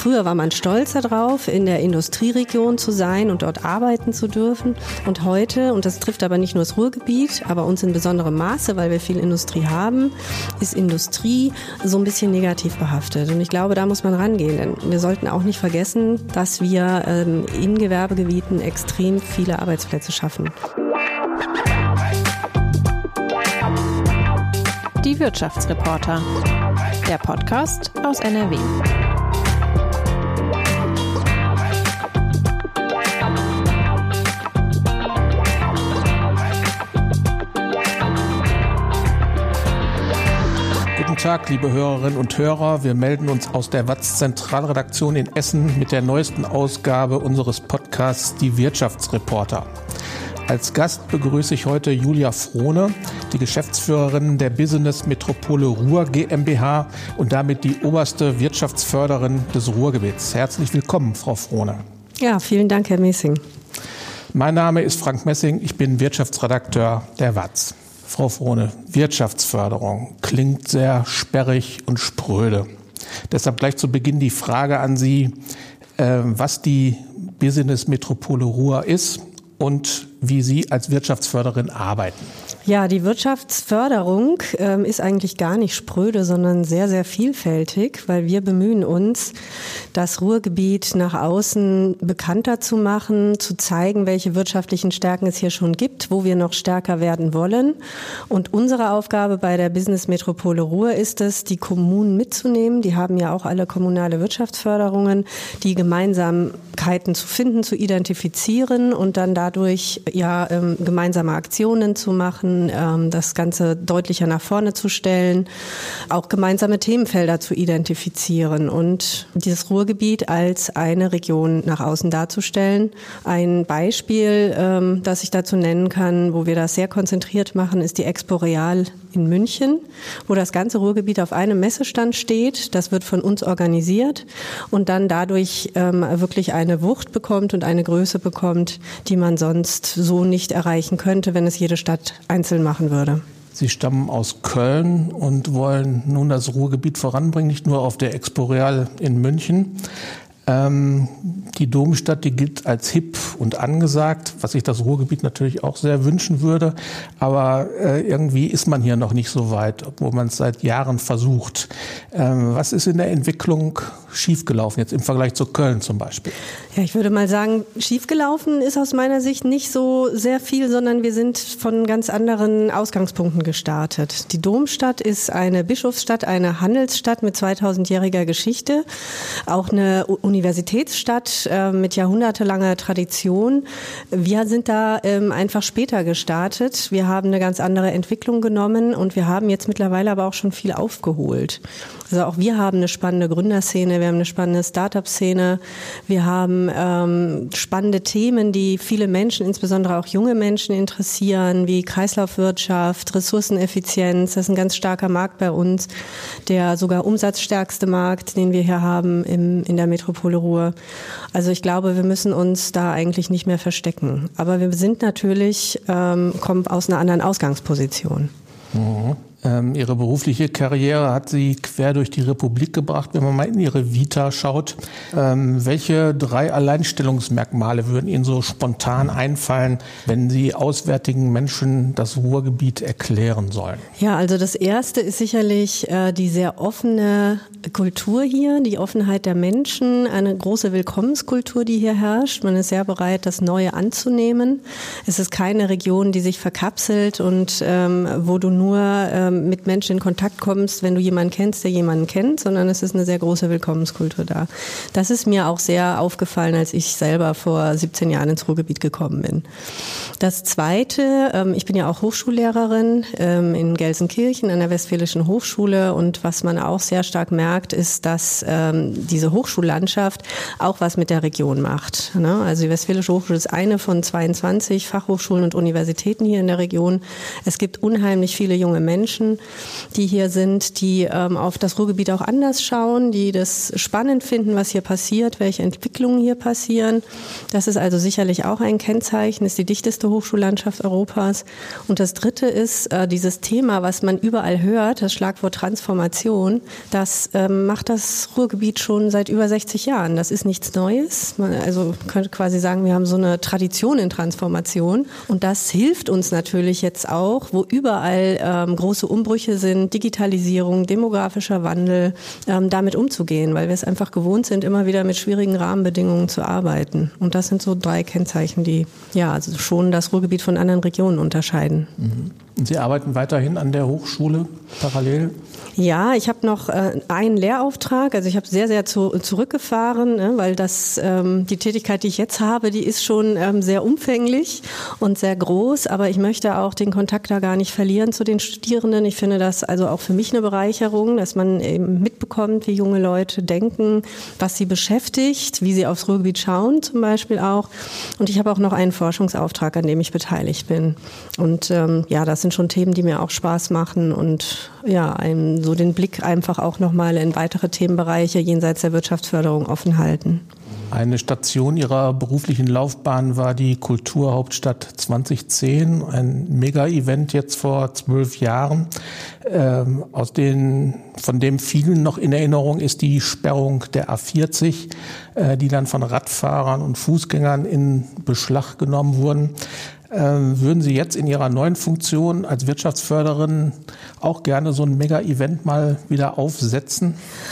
Früher war man stolz darauf, in der Industrieregion zu sein und dort arbeiten zu dürfen. Und heute, und das trifft aber nicht nur das Ruhrgebiet, aber uns in besonderem Maße, weil wir viel Industrie haben, ist Industrie so ein bisschen negativ behaftet. Und ich glaube, da muss man rangehen. Denn wir sollten auch nicht vergessen, dass wir in Gewerbegebieten extrem viele Arbeitsplätze schaffen. Die Wirtschaftsreporter, der Podcast aus NRW. Guten Tag, liebe Hörerinnen und Hörer. Wir melden uns aus der WAZ-Zentralredaktion in Essen mit der neuesten Ausgabe unseres Podcasts Die Wirtschaftsreporter. Als Gast begrüße ich heute Julia Frohne, die Geschäftsführerin der Business Metropole Ruhr GmbH und damit die oberste Wirtschaftsförderin des Ruhrgebiets. Herzlich willkommen, Frau Frohne. Ja, vielen Dank, Herr Messing. Mein Name ist Frank Messing, ich bin Wirtschaftsredakteur der WAZ. Frau Frohne, Wirtschaftsförderung klingt sehr sperrig und spröde. Deshalb gleich zu Beginn die Frage an Sie, was die Business Metropole Ruhr ist und wie Sie als Wirtschaftsförderin arbeiten. Ja, die Wirtschaftsförderung ist eigentlich gar nicht spröde, sondern sehr, sehr vielfältig, weil wir bemühen uns, das Ruhrgebiet nach außen bekannter zu machen, zu zeigen, welche wirtschaftlichen Stärken es hier schon gibt, wo wir noch stärker werden wollen. Und unsere Aufgabe bei der Business Metropole Ruhr ist es, die Kommunen mitzunehmen. Die haben ja auch alle kommunale Wirtschaftsförderungen, die Gemeinsamkeiten zu finden, zu identifizieren und dann dadurch gemeinsame Aktionen zu machen, das Ganze deutlicher nach vorne zu stellen, auch gemeinsame Themenfelder zu identifizieren und dieses Ruhrgebiet als eine Region nach außen darzustellen. Ein Beispiel, das ich dazu nennen kann, wo wir das sehr konzentriert machen, ist die Expo Real in München, wo das ganze Ruhrgebiet auf einem Messestand steht. Das wird von uns organisiert und dann dadurch wirklich eine Wucht bekommt und eine Größe bekommt, die man sonst so nicht erreichen könnte, wenn es jede Stadt einzeln machen würde. Sie stammen aus Köln und wollen nun das Ruhrgebiet voranbringen, nicht nur auf der Expo Real in München. Die Domstadt, die gilt als hip und angesagt, was sich das Ruhrgebiet natürlich auch sehr wünschen würde. Aber irgendwie ist man hier noch nicht so weit, obwohl man es seit Jahren versucht. Was ist in der Entwicklung schiefgelaufen, jetzt im Vergleich zu Köln zum Beispiel? Ja, ich würde mal sagen, schiefgelaufen ist aus meiner Sicht nicht so sehr viel, sondern wir sind von ganz anderen Ausgangspunkten gestartet. Die Domstadt ist eine Bischofsstadt, eine Handelsstadt mit 2000-jähriger Geschichte, auch eine Universitätsstadt mit jahrhundertelanger Tradition. Wir sind da einfach später gestartet. Wir haben eine ganz andere Entwicklung genommen und wir haben jetzt mittlerweile aber auch schon viel aufgeholt. Also auch wir haben eine spannende Gründerszene, wir haben eine spannende Start-up-Szene, wir haben spannende Themen, die viele Menschen, insbesondere auch junge Menschen interessieren, wie Kreislaufwirtschaft, Ressourceneffizienz. Das ist ein ganz starker Markt bei uns, der sogar umsatzstärkste Markt, den wir hier haben in der Metropole Ruhr. Also ich glaube, wir müssen uns da eigentlich nicht mehr verstecken. Aber wir sind natürlich, kommen aus einer anderen Ausgangsposition. Mhm. Ihre berufliche Karriere hat Sie quer durch die Republik gebracht. Wenn man mal in Ihre Vita schaut, welche 3 Alleinstellungsmerkmale würden Ihnen so spontan einfallen, wenn Sie auswärtigen Menschen das Ruhrgebiet erklären sollen? Ja, also das Erste ist sicherlich die sehr offene Kultur hier, die Offenheit der Menschen, eine große Willkommenskultur, die hier herrscht. Man ist sehr bereit, das Neue anzunehmen. Es ist keine Region, die sich verkapselt und wo du nur mit Menschen in Kontakt kommst, wenn du jemanden kennst, der jemanden kennt, sondern es ist eine sehr große Willkommenskultur da. Das ist mir auch sehr aufgefallen, als ich selber vor 17 Jahren ins Ruhrgebiet gekommen bin. Das Zweite, ich bin ja auch Hochschullehrerin in Gelsenkirchen an der Westfälischen Hochschule und was man auch sehr stark merkt, ist, dass diese Hochschullandschaft auch was mit der Region macht. Ne? Also die Westfälische Hochschule ist eine von 22 Fachhochschulen und Universitäten hier in der Region. Es gibt unheimlich viele junge Menschen, Menschen, die hier sind, die auf das Ruhrgebiet auch anders schauen, die das spannend finden, was hier passiert, welche Entwicklungen hier passieren. Das ist also sicherlich auch ein Kennzeichen, ist die dichteste Hochschullandschaft Europas. Und das Dritte ist dieses Thema, was man überall hört, das Schlagwort Transformation. Das macht das Ruhrgebiet schon seit über 60 Jahren. Das ist nichts Neues. Man könnte quasi sagen, wir haben so eine Tradition in Transformation. Und das hilft uns natürlich jetzt auch, wo überall große Umbrüche sind, Digitalisierung, demografischer Wandel, damit umzugehen, weil wir es einfach gewohnt sind, immer wieder mit schwierigen Rahmenbedingungen zu arbeiten. Und das sind so 3 Kennzeichen, die also schon das Ruhrgebiet von anderen Regionen unterscheiden. Mhm. Und Sie arbeiten weiterhin an der Hochschule parallel? Ja, ich habe noch einen Lehrauftrag. Also ich habe sehr zurückgefahren, ne, weil die Tätigkeit, die ich jetzt habe, die ist schon sehr umfänglich und sehr groß. Aber ich möchte auch den Kontakt da gar nicht verlieren zu den Studierenden. Ich finde das also auch für mich eine Bereicherung, dass man eben mitbekommt, wie junge Leute denken, was sie beschäftigt, wie sie aufs Ruhrgebiet schauen zum Beispiel auch. Und ich habe auch noch einen Forschungsauftrag, an dem ich beteiligt bin. Und das sind schon Themen, die mir auch Spaß machen und einem so den Blick einfach auch nochmal in weitere Themenbereiche jenseits der Wirtschaftsförderung offen halten. Eine Station Ihrer beruflichen Laufbahn war die Kulturhauptstadt 2010, ein Mega-Event jetzt vor 12 Jahren, von dem vielen noch in Erinnerung ist die Sperrung der A40, die dann von Radfahrern und Fußgängern in Beschlag genommen wurden. Würden Sie jetzt in Ihrer neuen Funktion als Wirtschaftsförderin auch gerne so ein Mega-Event mal wieder aufsetzen?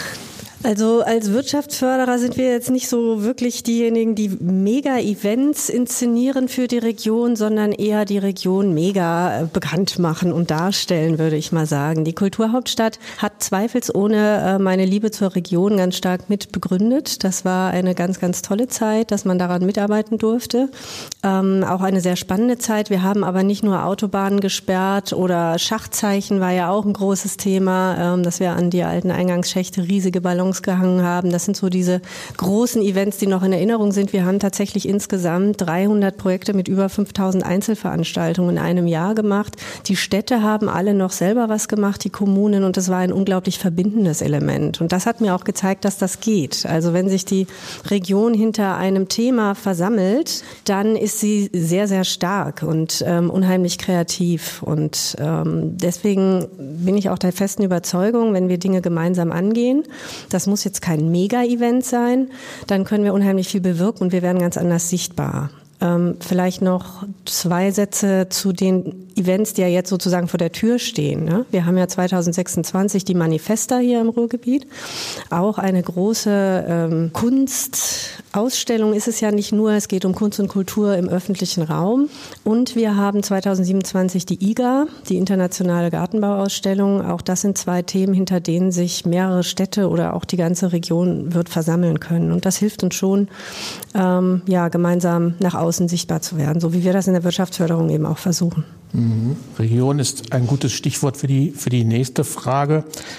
Also als Wirtschaftsförderer sind wir jetzt nicht so wirklich diejenigen, die Mega-Events inszenieren für die Region, sondern eher die Region mega bekannt machen und darstellen, würde ich mal sagen. Die Kulturhauptstadt hat zweifelsohne meine Liebe zur Region ganz stark mit begründet. Das war eine ganz, ganz tolle Zeit, dass man daran mitarbeiten durfte. Auch eine sehr spannende Zeit. Wir haben aber nicht nur Autobahnen gesperrt oder Schachtzeichen war ja auch ein großes Thema, dass wir an die alten Eingangsschächte riesige Ballons gehangen haben. Das sind so diese großen Events, die noch in Erinnerung sind. Wir haben tatsächlich insgesamt 300 Projekte mit über 5000 Einzelveranstaltungen in einem Jahr gemacht. Die Städte haben alle noch selber was gemacht, die Kommunen, und das war ein unglaublich verbindendes Element. Und das hat mir auch gezeigt, dass das geht. Also wenn sich die Region hinter einem Thema versammelt, dann ist sie sehr, sehr stark und unheimlich kreativ. Und deswegen bin ich auch der festen Überzeugung, wenn wir Dinge gemeinsam angehen, das muss jetzt kein Mega-Event sein, dann können wir unheimlich viel bewirken und wir werden ganz anders sichtbar. Vielleicht noch 2 Sätze zu den Events, die ja jetzt sozusagen vor der Tür stehen. Ne? Wir haben ja 2026 die Manifesta hier im Ruhrgebiet. Auch eine große Kunstausstellung ist es ja nicht nur. Es geht um Kunst und Kultur im öffentlichen Raum. Und wir haben 2027 die IGA, die Internationale Gartenbauausstellung. Auch das sind 2 Themen, hinter denen sich mehrere Städte oder auch die ganze Region wird versammeln können. Und das hilft uns schon, gemeinsam nach außen sichtbar zu werden, so wie wir das in der Wirtschaftsförderung eben auch versuchen. Mhm. Region ist ein gutes Stichwort für die nächste Frage.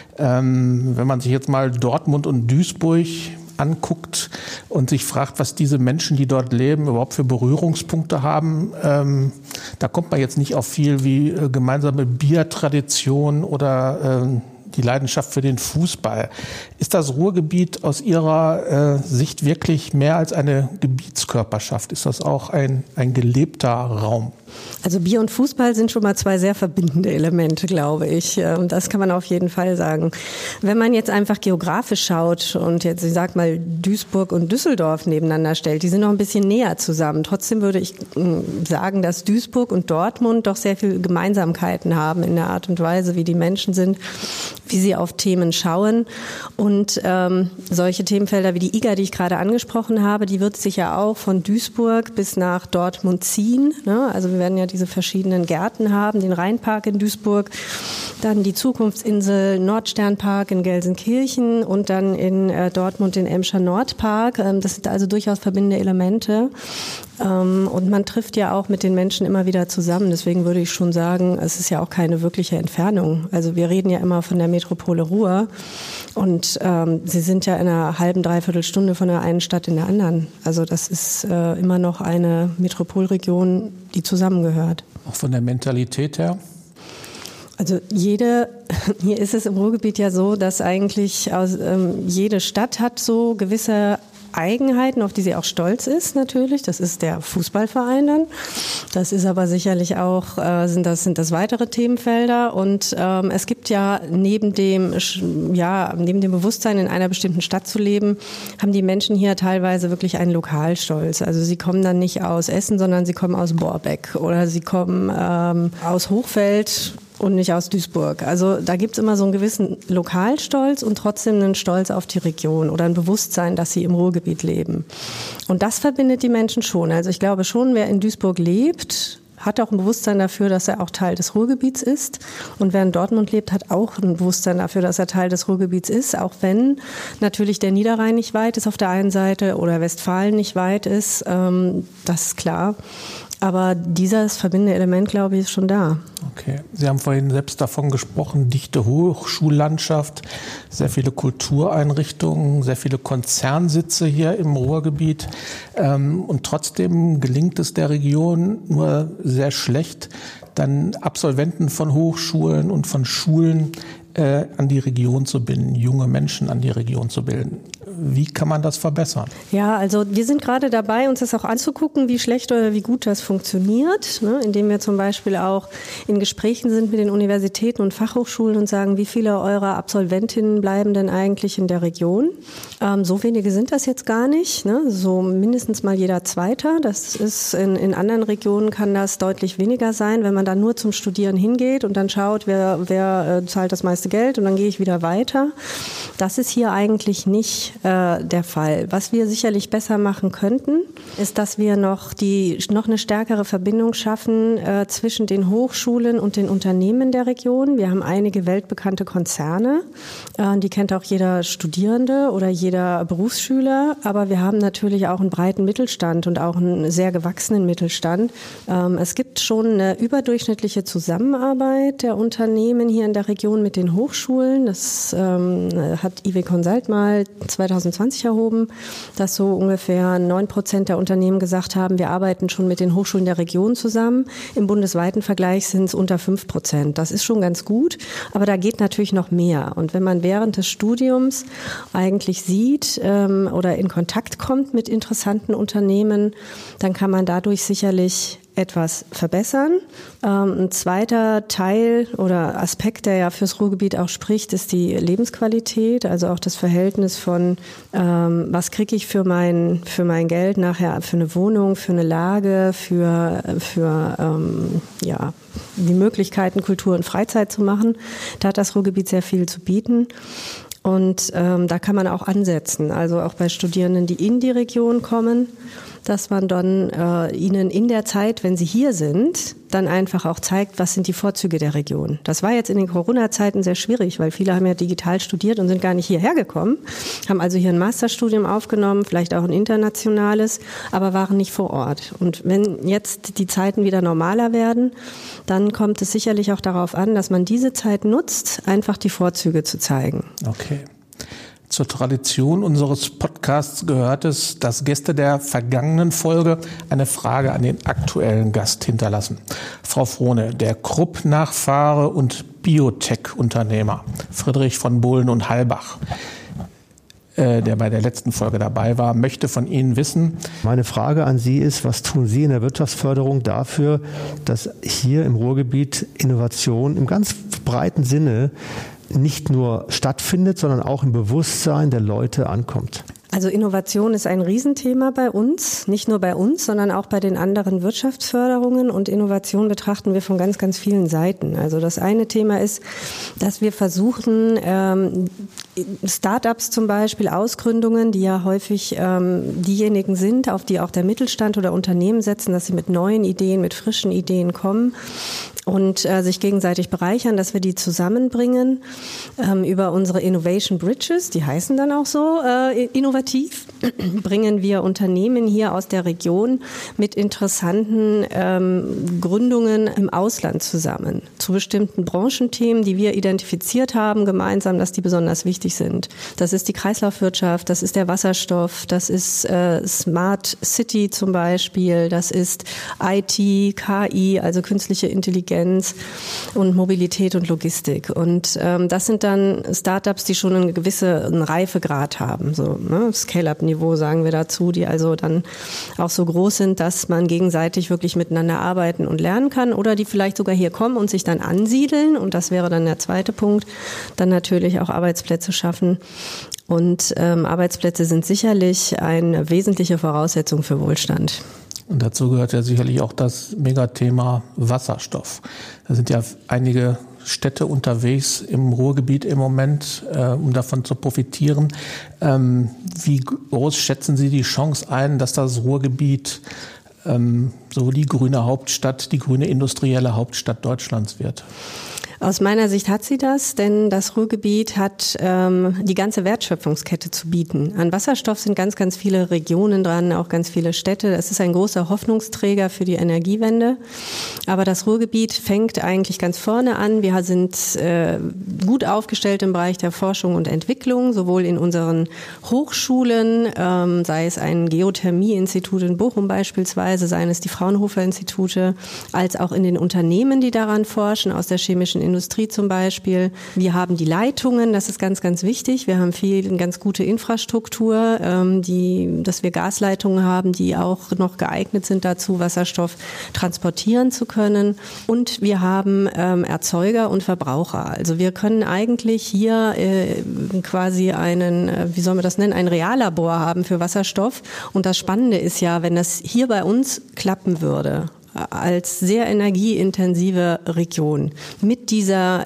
Wenn man sich jetzt mal Dortmund und Duisburg anguckt und sich fragt, was diese Menschen, die dort leben, überhaupt für Berührungspunkte haben, da kommt man jetzt nicht auf viel wie gemeinsame Biertradition oder die Leidenschaft für den Fußball. Ist das Ruhrgebiet aus Ihrer Sicht wirklich mehr als eine Gebietskörperschaft? Ist das auch ein gelebter Raum? Also Bier und Fußball sind schon mal 2 sehr verbindende Elemente, glaube ich. Das kann man auf jeden Fall sagen. Wenn man jetzt einfach geografisch schaut und jetzt, ich sag mal, Duisburg und Düsseldorf nebeneinander stellt, die sind noch ein bisschen näher zusammen. Trotzdem würde ich sagen, dass Duisburg und Dortmund doch sehr viele Gemeinsamkeiten haben in der Art und Weise, wie die Menschen sind, wie sie auf Themen schauen. Und solche Themenfelder wie die IGA, die ich gerade angesprochen habe, die wird sich ja auch von Duisburg bis nach Dortmund ziehen. Ne? Also wir werden ja diese verschiedenen Gärten haben, den Rheinpark in Duisburg, dann die Zukunftsinsel Nordsternpark in Gelsenkirchen und dann in Dortmund den Emscher Nordpark. Das sind also durchaus verbindende Elemente. Und man trifft ja auch mit den Menschen immer wieder zusammen. Deswegen würde ich schon sagen, es ist ja auch keine wirkliche Entfernung. Also wir reden ja immer von der Metropole Ruhr und sie sind ja in einer halben, dreiviertel Stunde von der einen Stadt in der anderen. Also das ist immer noch eine Metropolregion, die zusammengehört. Auch von der Mentalität her? Also hier ist es im Ruhrgebiet ja so, dass eigentlich jede Stadt hat so gewisse Eigenheiten, auf die sie auch stolz ist natürlich. Das ist der Fußballverein dann. Das ist aber sicherlich auch, sind das weitere Themenfelder. Und es gibt ja neben dem Bewusstsein, in einer bestimmten Stadt zu leben, haben die Menschen hier teilweise wirklich einen Lokalstolz. Also sie kommen dann nicht aus Essen, sondern sie kommen aus Borbeck oder sie kommen aus Hochfeld und nicht aus Duisburg. Also da gibt's immer so einen gewissen Lokalstolz und trotzdem einen Stolz auf die Region oder ein Bewusstsein, dass sie im Ruhrgebiet leben. Und das verbindet die Menschen schon. Also ich glaube schon, wer in Duisburg lebt, hat auch ein Bewusstsein dafür, dass er auch Teil des Ruhrgebiets ist. Und wer in Dortmund lebt, hat auch ein Bewusstsein dafür, dass er Teil des Ruhrgebiets ist. Auch wenn natürlich der Niederrhein nicht weit ist auf der einen Seite oder Westfalen nicht weit ist, das ist klar. Aber dieses verbindende Element, glaube ich, ist schon da. Okay. Sie haben vorhin selbst davon gesprochen, dichte Hochschullandschaft, sehr viele Kultureinrichtungen, sehr viele Konzernsitze hier im Ruhrgebiet. Und trotzdem gelingt es der Region nur sehr schlecht, dann Absolventen von Hochschulen und von Schulen an die Region zu binden, junge Menschen an die Region zu bilden. Wie kann man das verbessern? Ja, also wir sind gerade dabei, uns das auch anzugucken, wie schlecht oder wie gut das funktioniert, ne? Indem wir zum Beispiel auch in Gesprächen sind mit den Universitäten und Fachhochschulen und sagen, wie viele eurer Absolventinnen bleiben denn eigentlich in der Region? So wenige sind das jetzt gar nicht, ne? So mindestens mal jeder Zweite. Das ist in anderen Regionen kann das deutlich weniger sein, wenn man dann nur zum Studieren hingeht und dann schaut, wer zahlt das meiste Geld und dann gehe ich wieder weiter. Das ist hier eigentlich nicht der Fall. Was wir sicherlich besser machen könnten, ist, dass wir noch eine stärkere Verbindung schaffen zwischen den Hochschulen und den Unternehmen der Region. Wir haben einige weltbekannte Konzerne, die kennt auch jeder Studierende oder jeder Berufsschüler, aber wir haben natürlich auch einen breiten Mittelstand und auch einen sehr gewachsenen Mittelstand. Es gibt schon eine überdurchschnittliche Zusammenarbeit der Unternehmen hier in der Region mit den Hochschulen. Das hat IW Consult mal 2020 erhoben, dass so ungefähr 9% der Unternehmen gesagt haben, wir arbeiten schon mit den Hochschulen der Region zusammen. Im bundesweiten Vergleich sind es unter 5%. Das ist schon ganz gut, aber da geht natürlich noch mehr. Und wenn man während des Studiums eigentlich sieht oder in Kontakt kommt mit interessanten Unternehmen, dann kann man dadurch sicherlich etwas verbessern. Ein zweiter Teil oder Aspekt, der ja fürs Ruhrgebiet auch spricht, ist die Lebensqualität, also auch das Verhältnis von, was kriege ich für mein Geld nachher, für eine Wohnung, für eine Lage, für die Möglichkeiten, Kultur und Freizeit zu machen. Da hat das Ruhrgebiet sehr viel zu bieten. Und da kann man auch ansetzen, also auch bei Studierenden, die in die Region kommen, dass man dann ihnen in der Zeit, wenn sie hier sind, dann einfach auch zeigt, was sind die Vorzüge der Region. Das war jetzt in den Corona-Zeiten sehr schwierig, weil viele haben ja digital studiert und sind gar nicht hierher gekommen, haben also hier ein Masterstudium aufgenommen, vielleicht auch ein internationales, aber waren nicht vor Ort. Und wenn jetzt die Zeiten wieder normaler werden, dann kommt es sicherlich auch darauf an, dass man diese Zeit nutzt, einfach die Vorzüge zu zeigen. Okay. Zur Tradition unseres Podcasts gehört es, dass Gäste der vergangenen Folge eine Frage an den aktuellen Gast hinterlassen. Frau Frohne, der Krupp-Nachfahre und Biotech-Unternehmer Friedrich von Bohlen und Halbach, der bei der letzten Folge dabei war, möchte von Ihnen wissen. Meine Frage an Sie ist, was tun Sie in der Wirtschaftsförderung dafür, dass hier im Ruhrgebiet Innovation im ganz breiten Sinne nicht nur stattfindet, sondern auch im Bewusstsein der Leute ankommt? Also Innovation ist ein Riesenthema bei uns, nicht nur bei uns, sondern auch bei den anderen Wirtschaftsförderungen. Und Innovation betrachten wir von ganz, ganz vielen Seiten. Also das eine Thema ist, dass wir versuchen, Start-ups zum Beispiel, Ausgründungen, die ja häufig diejenigen sind, auf die auch der Mittelstand oder Unternehmen setzen, dass sie mit neuen Ideen, mit frischen Ideen kommen und sich gegenseitig bereichern, dass wir die zusammenbringen über unsere Innovation Bridges, die heißen dann auch so innovativ. bringen wir Unternehmen hier aus der Region mit interessanten Gründungen im Ausland zusammen. Zu bestimmten Branchenthemen, die wir identifiziert haben, gemeinsam, dass die besonders wichtig sind. Das ist die Kreislaufwirtschaft, das ist der Wasserstoff, das ist Smart City zum Beispiel, das ist IT, KI, also künstliche Intelligenz und Mobilität und Logistik. Und das sind dann Startups, die schon einen gewissen Reifegrad haben, so Scale-up-Niveau sagen wir dazu, die also dann auch so groß sind, dass man gegenseitig wirklich miteinander arbeiten und lernen kann oder die vielleicht sogar hier kommen und sich dann ansiedeln. Und das wäre dann der zweite Punkt, dann natürlich auch Arbeitsplätze schaffen. Und Arbeitsplätze sind sicherlich eine wesentliche Voraussetzung für Wohlstand. Und dazu gehört ja sicherlich auch das Megathema Wasserstoff. Da sind ja einige Städte unterwegs im Ruhrgebiet im Moment, um davon zu profitieren. Wie groß schätzen Sie die Chance ein, dass das Ruhrgebiet so die grüne Hauptstadt, die grüne industrielle Hauptstadt Deutschlands wird? Aus meiner Sicht hat sie das, denn das Ruhrgebiet hat die ganze Wertschöpfungskette zu bieten. An Wasserstoff sind ganz, ganz viele Regionen dran, auch ganz viele Städte. Es ist ein großer Hoffnungsträger für die Energiewende. Aber das Ruhrgebiet fängt eigentlich ganz vorne an. Wir sind gut aufgestellt im Bereich der Forschung und Entwicklung, sowohl in unseren Hochschulen, sei es ein Geothermie-Institut in Bochum beispielsweise, seien es die Fraunhofer-Institute, als auch in den Unternehmen, die daran forschen, aus der chemischen Industrie zum Beispiel. Wir haben die Leitungen, das ist ganz, ganz wichtig. Wir haben eine ganz gute Infrastruktur, dass wir Gasleitungen haben, die auch noch geeignet sind dazu, Wasserstoff transportieren zu können. Und wir haben Erzeuger und Verbraucher. Also wir können eigentlich hier quasi ein Reallabor haben für Wasserstoff. Und das Spannende ist ja, wenn das hier bei uns klappen würde, als sehr energieintensive Region mit dieser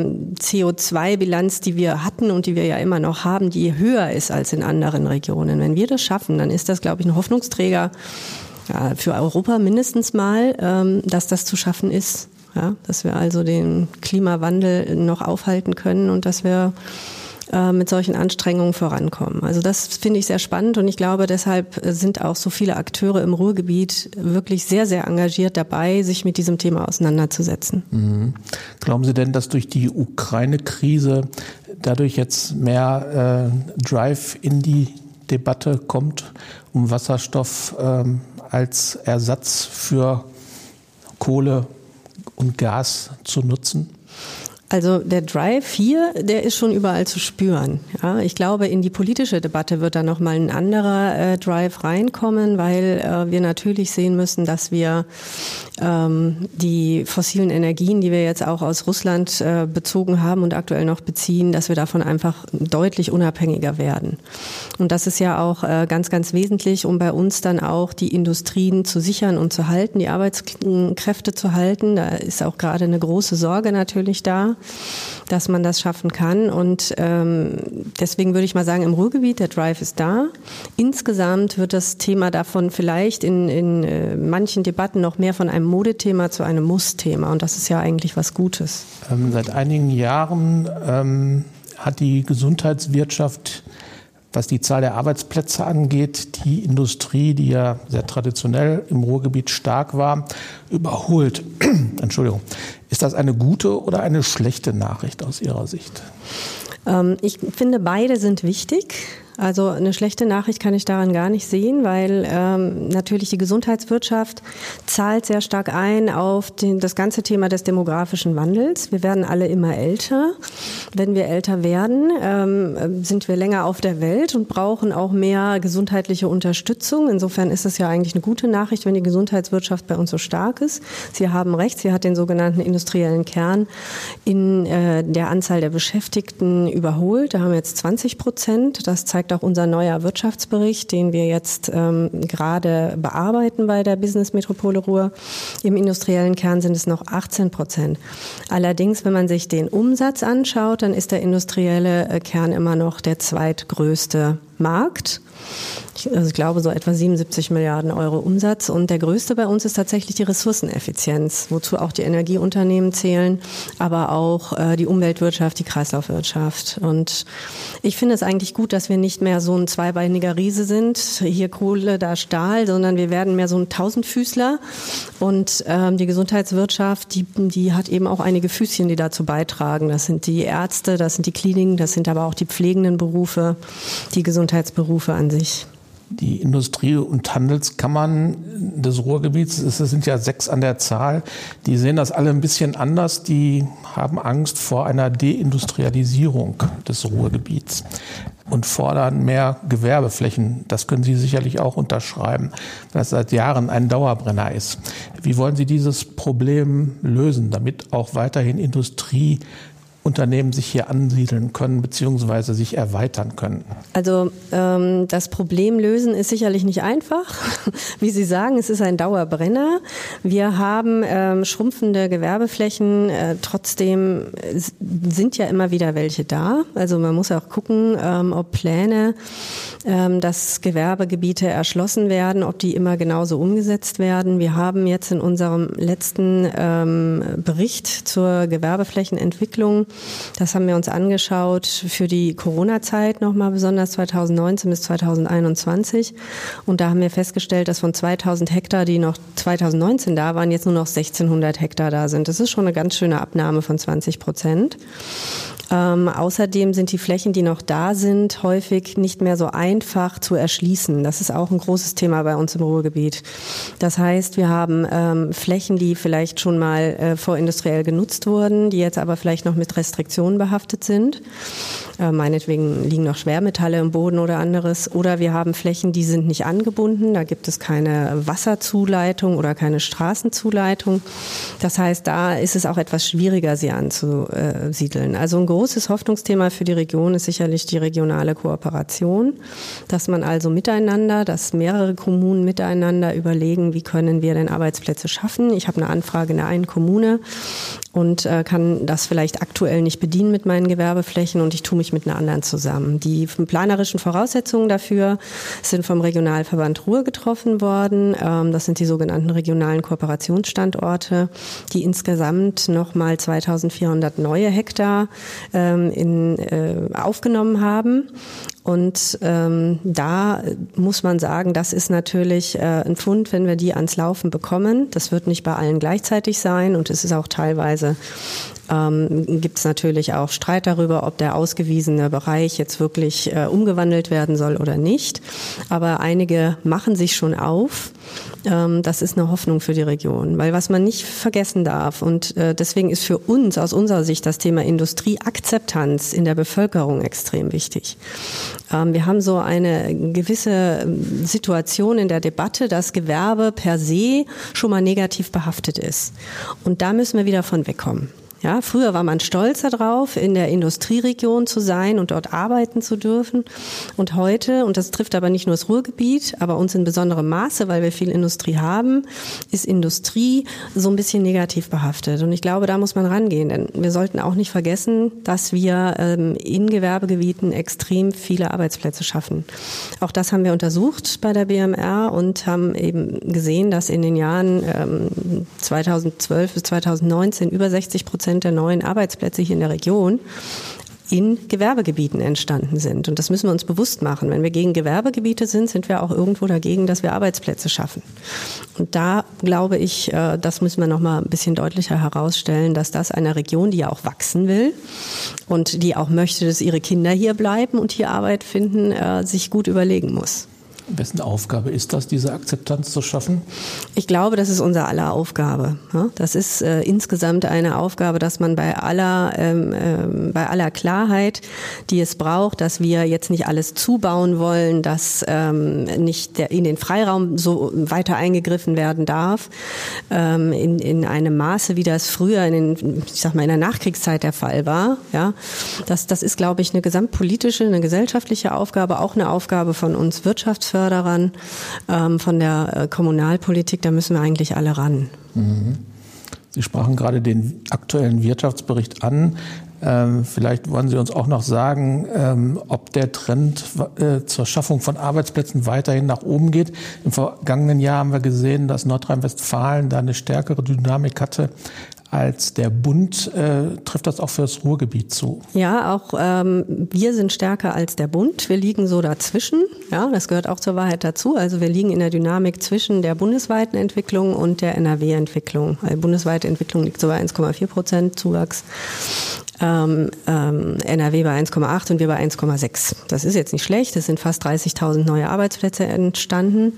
CO2-Bilanz, die wir hatten und die wir ja immer noch haben, die höher ist als in anderen Regionen. Wenn wir das schaffen, dann ist das, glaube ich, ein Hoffnungsträger für Europa mindestens mal, dass das zu schaffen ist. Ja, dass wir also den Klimawandel noch aufhalten können und dass wir mit solchen Anstrengungen vorankommen. Also das finde ich sehr spannend und ich glaube, deshalb sind auch so viele Akteure im Ruhrgebiet wirklich sehr, sehr engagiert dabei, sich mit diesem Thema auseinanderzusetzen. Mhm. Glauben Sie denn, dass durch die Ukraine-Krise dadurch jetzt mehr Drive in die Debatte kommt, um Wasserstoff als Ersatz für Kohle und Gas zu nutzen? Also der Drive hier, der ist schon überall zu spüren. Ja, ich glaube, in die politische Debatte wird da noch mal ein anderer Drive reinkommen, weil wir natürlich sehen müssen, dass wir die fossilen Energien, die wir jetzt auch aus Russland bezogen haben und aktuell noch beziehen, dass wir davon einfach deutlich unabhängiger werden. Und das ist ja auch ganz, ganz wesentlich, um bei uns dann auch die Industrien zu sichern und zu halten, die Arbeitskräfte zu halten. Da ist auch gerade eine große Sorge natürlich da, dass man das schaffen kann. Und deswegen würde ich mal sagen, im Ruhrgebiet, der Drive ist da. Insgesamt wird das Thema davon vielleicht in manchen Debatten noch mehr von einem Modethema zu einem Muss-Thema. Und das ist ja eigentlich was Gutes. Seit einigen Jahren hat die Gesundheitswirtschaft, was die Zahl der Arbeitsplätze angeht, die Industrie, die ja sehr traditionell im Ruhrgebiet stark war, überholt. Entschuldigung. Ist das eine gute oder eine schlechte Nachricht aus Ihrer Sicht? Ich finde, beide sind wichtig. Also eine schlechte Nachricht kann ich daran gar nicht sehen, weil natürlich die Gesundheitswirtschaft zahlt sehr stark ein auf das ganze Thema des demografischen Wandels. Wir werden alle immer älter. Wenn wir älter werden, sind wir länger auf der Welt und brauchen auch mehr gesundheitliche Unterstützung. Insofern ist es ja eigentlich eine gute Nachricht, wenn die Gesundheitswirtschaft bei uns so stark ist. Sie haben recht, sie hat den sogenannten industriellen Kern in der Anzahl der Beschäftigten überholt. Da haben wir jetzt 20%. Das zeigt auch unser neuer Wirtschaftsbericht, den wir jetzt gerade bearbeiten bei der Business Metropole Ruhr. Im industriellen Kern sind es noch 18%. Allerdings, wenn man sich den Umsatz anschaut, dann ist der industrielle Kern immer noch der zweitgrößte Markt. Ich glaube so etwa 77 Milliarden Euro Umsatz. Und der größte bei uns ist tatsächlich die Ressourceneffizienz, wozu auch die Energieunternehmen zählen, aber auch die Umweltwirtschaft, die Kreislaufwirtschaft. Und ich finde es eigentlich gut, dass wir nicht mehr so ein zweibeiniger Riese sind, hier Kohle, da Stahl, sondern wir werden mehr so ein Tausendfüßler. Und die Gesundheitswirtschaft, die hat eben auch einige Füßchen, die dazu beitragen. Das sind die Ärzte, das sind die Kliniken, das sind aber auch die pflegenden Berufe, die Gesundheitsberufe an sich. Die Industrie- und Handelskammern des Ruhrgebiets, es sind ja 6 an der Zahl, die sehen das alle ein bisschen anders. Die haben Angst vor einer Deindustrialisierung des Ruhrgebiets und fordern mehr Gewerbeflächen. Das können Sie sicherlich auch unterschreiben, weil das seit Jahren ein Dauerbrenner ist. Wie wollen Sie dieses Problem lösen, damit auch weiterhin Industrieunternehmen sich hier ansiedeln können bzw. sich erweitern können? Also das Problem lösen ist sicherlich nicht einfach. Wie Sie sagen, es ist ein Dauerbrenner. Wir haben schrumpfende Gewerbeflächen. Trotzdem sind ja immer wieder welche da. Also man muss auch gucken, ob Pläne, dass Gewerbegebiete erschlossen werden, ob die immer genauso umgesetzt werden. Wir haben jetzt in unserem letzten Bericht zur Gewerbeflächenentwicklung, das haben wir uns angeschaut für die Corona-Zeit nochmal besonders 2019 bis 2021. Und da haben wir festgestellt, dass von 2000 Hektar, die noch 2019 da waren, jetzt nur noch 1600 Hektar da sind. Das ist schon eine ganz schöne Abnahme von 20%. Außerdem sind die Flächen, die noch da sind, häufig nicht mehr so einfach zu erschließen. Das ist auch ein großes Thema bei uns im Ruhrgebiet. Das heißt, wir haben Flächen, die vielleicht schon mal vorindustriell genutzt wurden, die jetzt aber vielleicht noch mit Restriktionen behaftet sind. Meinetwegen liegen noch Schwermetalle im Boden oder anderes. Oder wir haben Flächen, die sind nicht angebunden. Da gibt es keine Wasserzuleitung oder keine Straßenzuleitung. Das heißt, da ist es auch etwas schwieriger, sie anzusiedeln. Also ein großes Hoffnungsthema für die Region ist sicherlich die regionale Kooperation, dass man also miteinander, dass mehrere Kommunen miteinander überlegen, wie können wir denn Arbeitsplätze schaffen. Ich habe eine Anfrage in der einen Kommune und kann das vielleicht aktuell nicht bedienen mit meinen Gewerbeflächen und ich tue mich mit einer anderen zusammen. Die planerischen Voraussetzungen dafür sind vom Regionalverband Ruhr getroffen worden. Das sind die sogenannten regionalen Kooperationsstandorte, die insgesamt nochmal 2400 neue Hektar aufgenommen haben. Und da muss man sagen, das ist natürlich ein Pfund, wenn wir die ans Laufen bekommen. Das wird nicht bei allen gleichzeitig sein und es ist auch teilweise gibt es natürlich auch Streit darüber, ob der ausgewiesene Bereich jetzt wirklich umgewandelt werden soll oder nicht. Aber einige machen sich schon auf. Das ist eine Hoffnung für die Region, weil was man nicht vergessen darf und deswegen ist für uns aus unserer Sicht das Thema Industrieakzeptanz in der Bevölkerung extrem wichtig. Wir haben so eine gewisse Situation in der Debatte, dass Gewerbe per se schon mal negativ behaftet ist. Und da müssen wir wieder von wegkommen. Ja, früher war man stolz darauf, in der Industrieregion zu sein und dort arbeiten zu dürfen. Und heute, und das trifft aber nicht nur das Ruhrgebiet, aber uns in besonderem Maße, weil wir viel Industrie haben, ist Industrie so ein bisschen negativ behaftet. Und ich glaube, da muss man rangehen, denn wir sollten auch nicht vergessen, dass wir in Gewerbegebieten extrem viele Arbeitsplätze schaffen. Auch das haben wir untersucht bei der BMR und haben eben gesehen, dass in den Jahren 2012 bis 2019 über 60% der neuen Arbeitsplätze hier in der Region in Gewerbegebieten entstanden sind. Und das müssen wir uns bewusst machen. Wenn wir gegen Gewerbegebiete sind, sind wir auch irgendwo dagegen, dass wir Arbeitsplätze schaffen. Und da glaube ich, das müssen wir noch mal ein bisschen deutlicher herausstellen, dass das eine Region, die ja auch wachsen will und die auch möchte, dass ihre Kinder hier bleiben und hier Arbeit finden, sich gut überlegen muss. Wessen Aufgabe ist das, diese Akzeptanz zu schaffen? Ich glaube, das ist unser aller Aufgabe. Das ist insgesamt eine Aufgabe, dass man bei aller Klarheit, die es braucht, dass wir jetzt nicht alles zubauen wollen, dass nicht in den Freiraum so weiter eingegriffen werden darf, in einem Maße, wie das früher in der Nachkriegszeit der Fall war. Ja, das ist, glaube ich, eine gesamtpolitische, eine gesellschaftliche Aufgabe, auch eine Aufgabe von uns Wirtschaftsförderern, von der Kommunalpolitik, da müssen wir eigentlich alle ran. Sie sprachen gerade den aktuellen Wirtschaftsbericht an. Vielleicht wollen Sie uns auch noch sagen, ob der Trend zur Schaffung von Arbeitsplätzen weiterhin nach oben geht. Im vergangenen Jahr haben wir gesehen, dass Nordrhein-Westfalen da eine stärkere Dynamik hatte als der Bund. Trifft das auch für das Ruhrgebiet zu? Ja, auch wir sind stärker als der Bund. Wir liegen so dazwischen. Ja, das gehört auch zur Wahrheit dazu. Also wir liegen in der Dynamik zwischen der bundesweiten Entwicklung und der NRW-Entwicklung. Die bundesweite Entwicklung liegt so bei 1,4% Zuwachs. NRW bei 1,8 und wir bei 1,6. Das ist jetzt nicht schlecht. Es sind fast 30.000 neue Arbeitsplätze entstanden.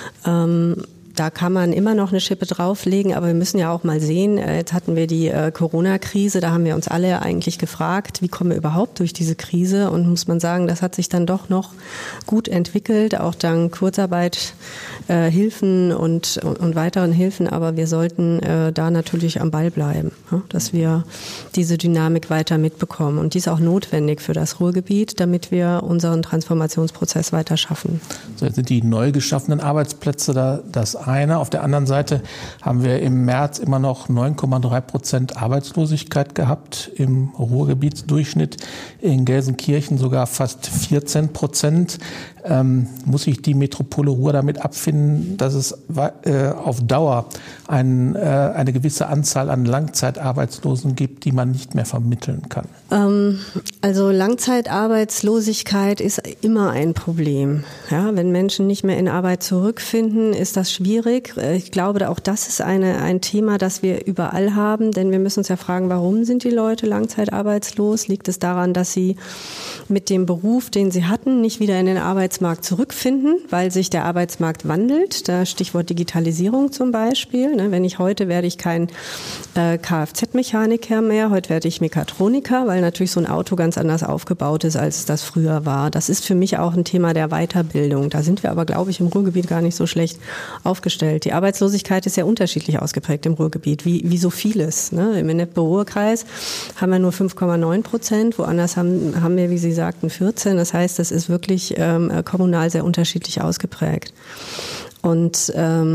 Da kann man immer noch eine Schippe drauflegen, aber wir müssen ja auch mal sehen, jetzt hatten wir die Corona-Krise, da haben wir uns alle eigentlich gefragt, wie kommen wir überhaupt durch diese Krise, und muss man sagen, das hat sich dann doch noch gut entwickelt, auch dank Kurzarbeit, Hilfen und weiteren Hilfen, aber wir sollten da natürlich am Ball bleiben, dass wir diese Dynamik weiter mitbekommen, und die ist auch notwendig für das Ruhrgebiet, damit wir unseren Transformationsprozess weiter schaffen. So, jetzt sind die neu geschaffenen Arbeitsplätze da das eine. Auf der anderen Seite haben wir im März immer noch 9,3% Arbeitslosigkeit gehabt im Ruhrgebietsdurchschnitt, in Gelsenkirchen sogar fast 14%. Muss sich die Metropole Ruhr damit abfinden, dass es auf Dauer eine gewisse Anzahl an Langzeitarbeitslosen gibt, die man nicht mehr vermitteln kann? Also Langzeitarbeitslosigkeit ist immer ein Problem. Ja, wenn Menschen nicht mehr in Arbeit zurückfinden, ist das schwierig. Ich glaube, auch das ist ein Thema, das wir überall haben, denn wir müssen uns ja fragen, warum sind die Leute langzeitarbeitslos? Liegt es daran, dass sie mit dem Beruf, den sie hatten, nicht wieder in den Arbeitsmarkt zurückfinden, weil sich der Arbeitsmarkt wandelt? Da Stichwort Digitalisierung zum Beispiel. Wenn ich heute werde ich kein Kfz-Mechaniker mehr, heute werde ich Mechatroniker, weil natürlich so ein Auto ganz anders aufgebaut ist, als das früher war. Das ist für mich auch ein Thema der Weiterbildung. Da sind wir aber, glaube ich, im Ruhrgebiet gar nicht so schlecht aufgestellt. Die Arbeitslosigkeit ist ja unterschiedlich ausgeprägt im Ruhrgebiet, wie so vieles. Im Ennepe-Ruhr-Kreis haben wir nur 5,9%, woanders haben wir, wie Sie sagten, 14%. Das heißt, das ist wirklich kommunal sehr unterschiedlich ausgeprägt. Und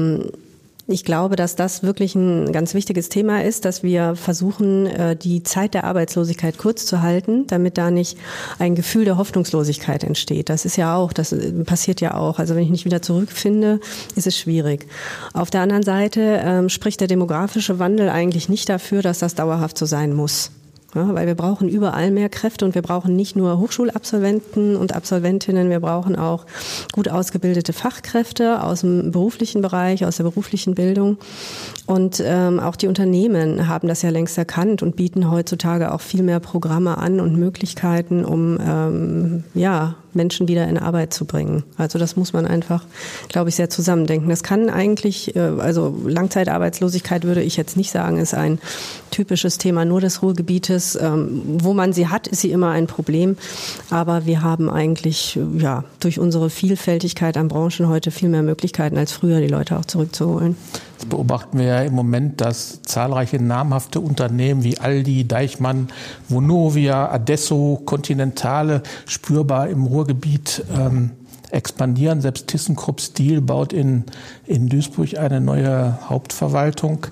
ich glaube, dass das wirklich ein ganz wichtiges Thema ist, dass wir versuchen, die Zeit der Arbeitslosigkeit kurz zu halten, damit da nicht ein Gefühl der Hoffnungslosigkeit entsteht. Das passiert ja auch. Also wenn ich nicht wieder zurückfinde, ist es schwierig. Auf der anderen Seite spricht der demografische Wandel eigentlich nicht dafür, dass das dauerhaft so sein muss. Ja, weil wir brauchen überall mehr Kräfte, und wir brauchen nicht nur Hochschulabsolventen und Absolventinnen, wir brauchen auch gut ausgebildete Fachkräfte aus dem beruflichen Bereich, aus der beruflichen Bildung. Und auch die Unternehmen haben das ja längst erkannt und bieten heutzutage auch viel mehr Programme an und Möglichkeiten, um Menschen wieder in Arbeit zu bringen. Also das muss man einfach, glaube ich, sehr zusammendenken. Das kann eigentlich, also Langzeitarbeitslosigkeit würde ich jetzt nicht sagen, ist ein typisches Thema nur des Ruhrgebietes. Wo man sie hat, ist sie immer ein Problem. Aber wir haben eigentlich durch unsere Vielfältigkeit an Branchen heute viel mehr Möglichkeiten als früher, die Leute auch zurückzuholen. Jetzt beobachten wir ja im Moment, dass zahlreiche namhafte Unternehmen wie Aldi, Deichmann, Vonovia, Adesso, Continentale spürbar im Ruhrgebiet expandieren. Selbst ThyssenKrupp Steel baut in Duisburg eine neue Hauptverwaltung.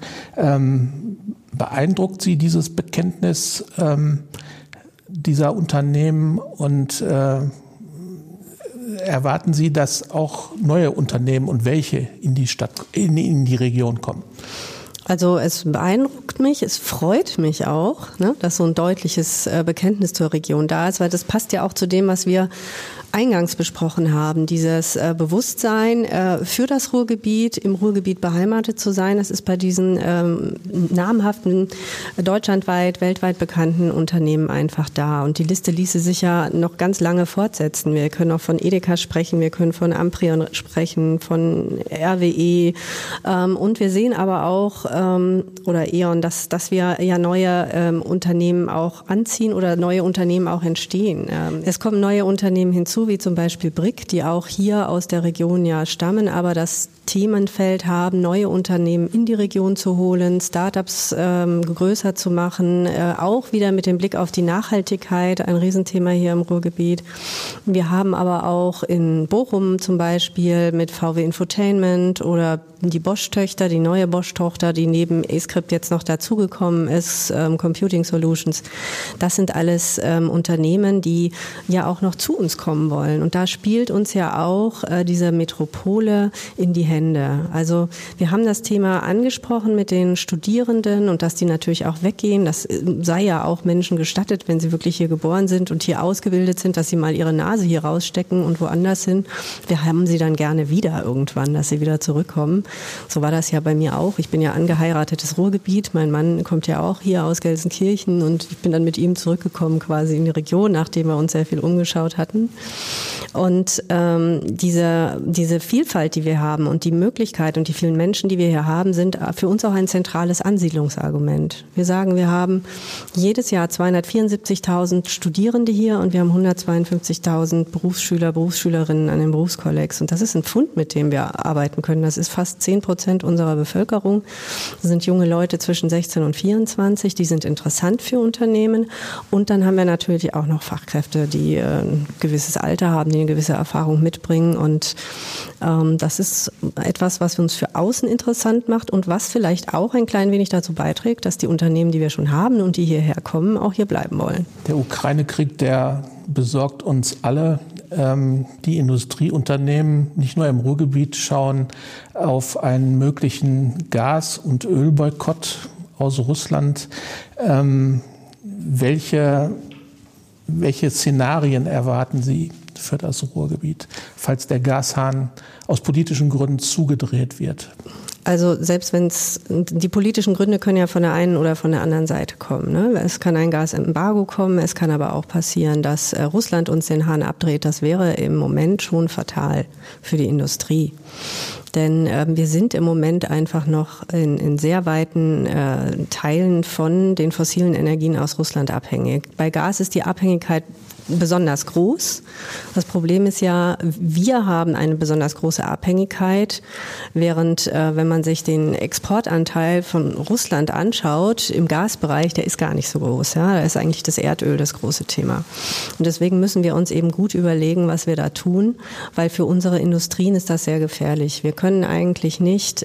Beeindruckt Sie dieses Bekenntnis dieser Unternehmen, und erwarten Sie, dass auch neue Unternehmen und welche in die Stadt, in die Region kommen? Also es beeindruckt mich, es freut mich auch, dass so ein deutliches Bekenntnis zur Region da ist, weil das passt ja auch zu dem, was wir eingangs besprochen haben, dieses Bewusstsein für das Ruhrgebiet, im Ruhrgebiet beheimatet zu sein. Das ist bei diesen namhaften, deutschlandweit, weltweit bekannten Unternehmen einfach da. Und die Liste ließe sich ja noch ganz lange fortsetzen. Wir können auch von Edeka sprechen, wir können von Amprion sprechen, von RWE. Und wir sehen aber auch, oder E.ON, dass wir ja neue Unternehmen auch anziehen oder neue Unternehmen auch entstehen. Es kommen neue Unternehmen hinzu. dazu, wie zum Beispiel BRIC, die auch hier aus der Region ja stammen, aber das Themenfeld haben, neue Unternehmen in die Region zu holen, Startups größer zu machen, auch wieder mit dem Blick auf die Nachhaltigkeit, ein Riesenthema hier im Ruhrgebiet. Wir haben aber auch in Bochum zum Beispiel mit VW Infotainment oder die Bosch-Töchter, die neue Bosch-Tochter, die neben eScript jetzt noch dazugekommen ist, Computing Solutions. Das sind alles Unternehmen, die ja auch noch zu uns kommen wollen. Und da spielt uns ja auch diese Metropole in die Hände. Also wir haben das Thema angesprochen mit den Studierenden und dass die natürlich auch weggehen. Das sei ja auch Menschen gestattet, wenn sie wirklich hier geboren sind und hier ausgebildet sind, dass sie mal ihre Nase hier rausstecken und woanders sind. Wir haben sie dann gerne wieder irgendwann, dass sie wieder zurückkommen. So war das ja bei mir auch. Ich bin ja angeheiratetes Ruhrgebiet. Mein Mann kommt ja auch hier aus Gelsenkirchen und ich bin dann mit ihm zurückgekommen quasi in die Region, nachdem wir uns sehr viel umgeschaut hatten. Und diese Vielfalt, die wir haben und die Möglichkeit und die vielen Menschen, die wir hier haben, sind für uns auch ein zentrales Ansiedlungsargument. Wir sagen, wir haben jedes Jahr 274.000 Studierende hier und wir haben 152.000 Berufsschüler, Berufsschülerinnen an den Berufskollegs. Und das ist ein Pfund, mit dem wir arbeiten können. Das ist fast 10% unserer Bevölkerung. Das sind junge Leute zwischen 16 und 24, die sind interessant für Unternehmen. Und dann haben wir natürlich auch noch Fachkräfte, die ein gewisses Alter haben, die eine gewisse Erfahrung mitbringen. Und das ist etwas, was uns für außen interessant macht und was vielleicht auch ein klein wenig dazu beiträgt, dass die Unternehmen, die wir schon haben und die hierher kommen, auch hier bleiben wollen. Der Ukraine-Krieg, der besorgt uns alle. Die Industrieunternehmen, nicht nur im Ruhrgebiet, schauen auf einen möglichen Gas- und Ölboykott aus Russland. Welche Szenarien erwarten Sie für das Ruhrgebiet, falls der Gashahn aus politischen Gründen zugedreht wird? Also selbst wenn die politischen Gründe können ja von der einen oder von der anderen Seite kommen. Ne? Es kann ein Gasembargo kommen, es kann aber auch passieren, dass Russland uns den Hahn abdreht. Das wäre im Moment schon fatal für die Industrie. Denn wir sind im Moment einfach noch in sehr weiten Teilen von den fossilen Energien aus Russland abhängig. Bei Gas ist die Abhängigkeit besonders groß. Das Problem ist ja, wir haben eine besonders große Abhängigkeit, während wenn man sich den Exportanteil von Russland anschaut, im Gasbereich, der ist gar nicht so groß. Ja? Da ist eigentlich das Erdöl das große Thema. Und deswegen müssen wir uns eben gut überlegen, was wir da tun, weil für unsere Industrien ist das sehr gefährlich. Wir können eigentlich nicht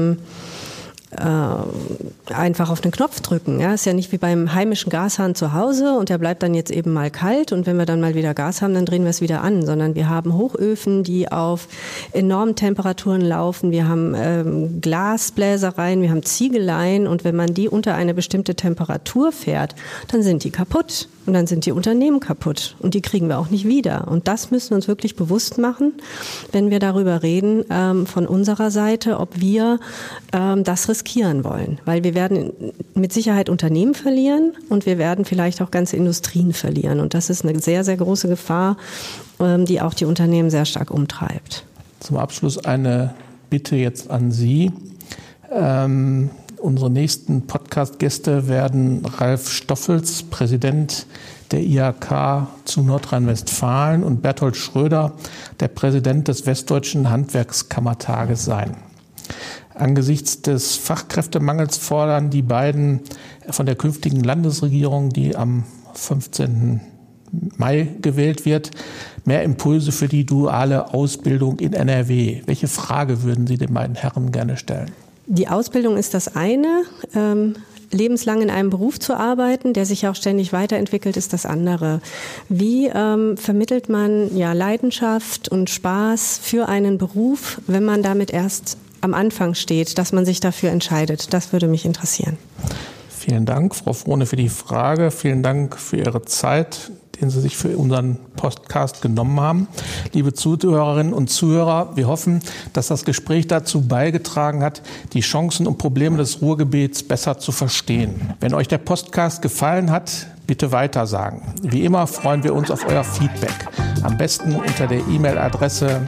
einfach auf den Knopf drücken. Ja, ist ja nicht wie beim heimischen Gashahn zu Hause und der bleibt dann jetzt eben mal kalt und wenn wir dann mal wieder Gas haben, dann drehen wir es wieder an, sondern wir haben Hochöfen, die auf enormen Temperaturen laufen. Wir haben Glasbläsereien, wir haben Ziegeleien und wenn man die unter eine bestimmte Temperatur fährt, dann sind die kaputt und dann sind die Unternehmen kaputt und die kriegen wir auch nicht wieder. Und das müssen wir uns wirklich bewusst machen, wenn wir darüber reden, von unserer Seite, ob wir das riskieren wollen. Weil wir werden mit Sicherheit Unternehmen verlieren und wir werden vielleicht auch ganze Industrien verlieren. Und das ist eine sehr, sehr große Gefahr, die auch die Unternehmen sehr stark umtreibt. Zum Abschluss eine Bitte jetzt an Sie. Unsere nächsten Podcast-Gäste werden Ralf Stoffels, Präsident der IHK zu Nordrhein-Westfalen, und Berthold Schröder, der Präsident des Westdeutschen Handwerkskammertages, sein. Angesichts des Fachkräftemangels fordern die beiden von der künftigen Landesregierung, die am 15. Mai gewählt wird, mehr Impulse für die duale Ausbildung in NRW. Welche Frage würden Sie den beiden Herren gerne stellen? Die Ausbildung ist das eine. Lebenslang in einem Beruf zu arbeiten, der sich auch ständig weiterentwickelt, ist das andere. Wie vermittelt man Leidenschaft und Spaß für einen Beruf, wenn man damit erst am Anfang steht, dass man sich dafür entscheidet? Das würde mich interessieren. Vielen Dank, Frau Frohne, für die Frage. Vielen Dank für Ihre Zeit, den Sie sich für unseren Podcast genommen haben. Liebe Zuhörerinnen und Zuhörer, wir hoffen, dass das Gespräch dazu beigetragen hat, die Chancen und Probleme des Ruhrgebiets besser zu verstehen. Wenn euch der Podcast gefallen hat, bitte weitersagen. Wie immer freuen wir uns auf euer Feedback. Am besten unter der E-Mail-Adresse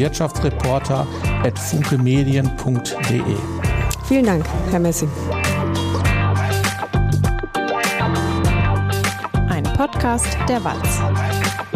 wirtschaftsreporter@funkemedien.de. Vielen Dank, Herr Messing. Ein Podcast der WAZ.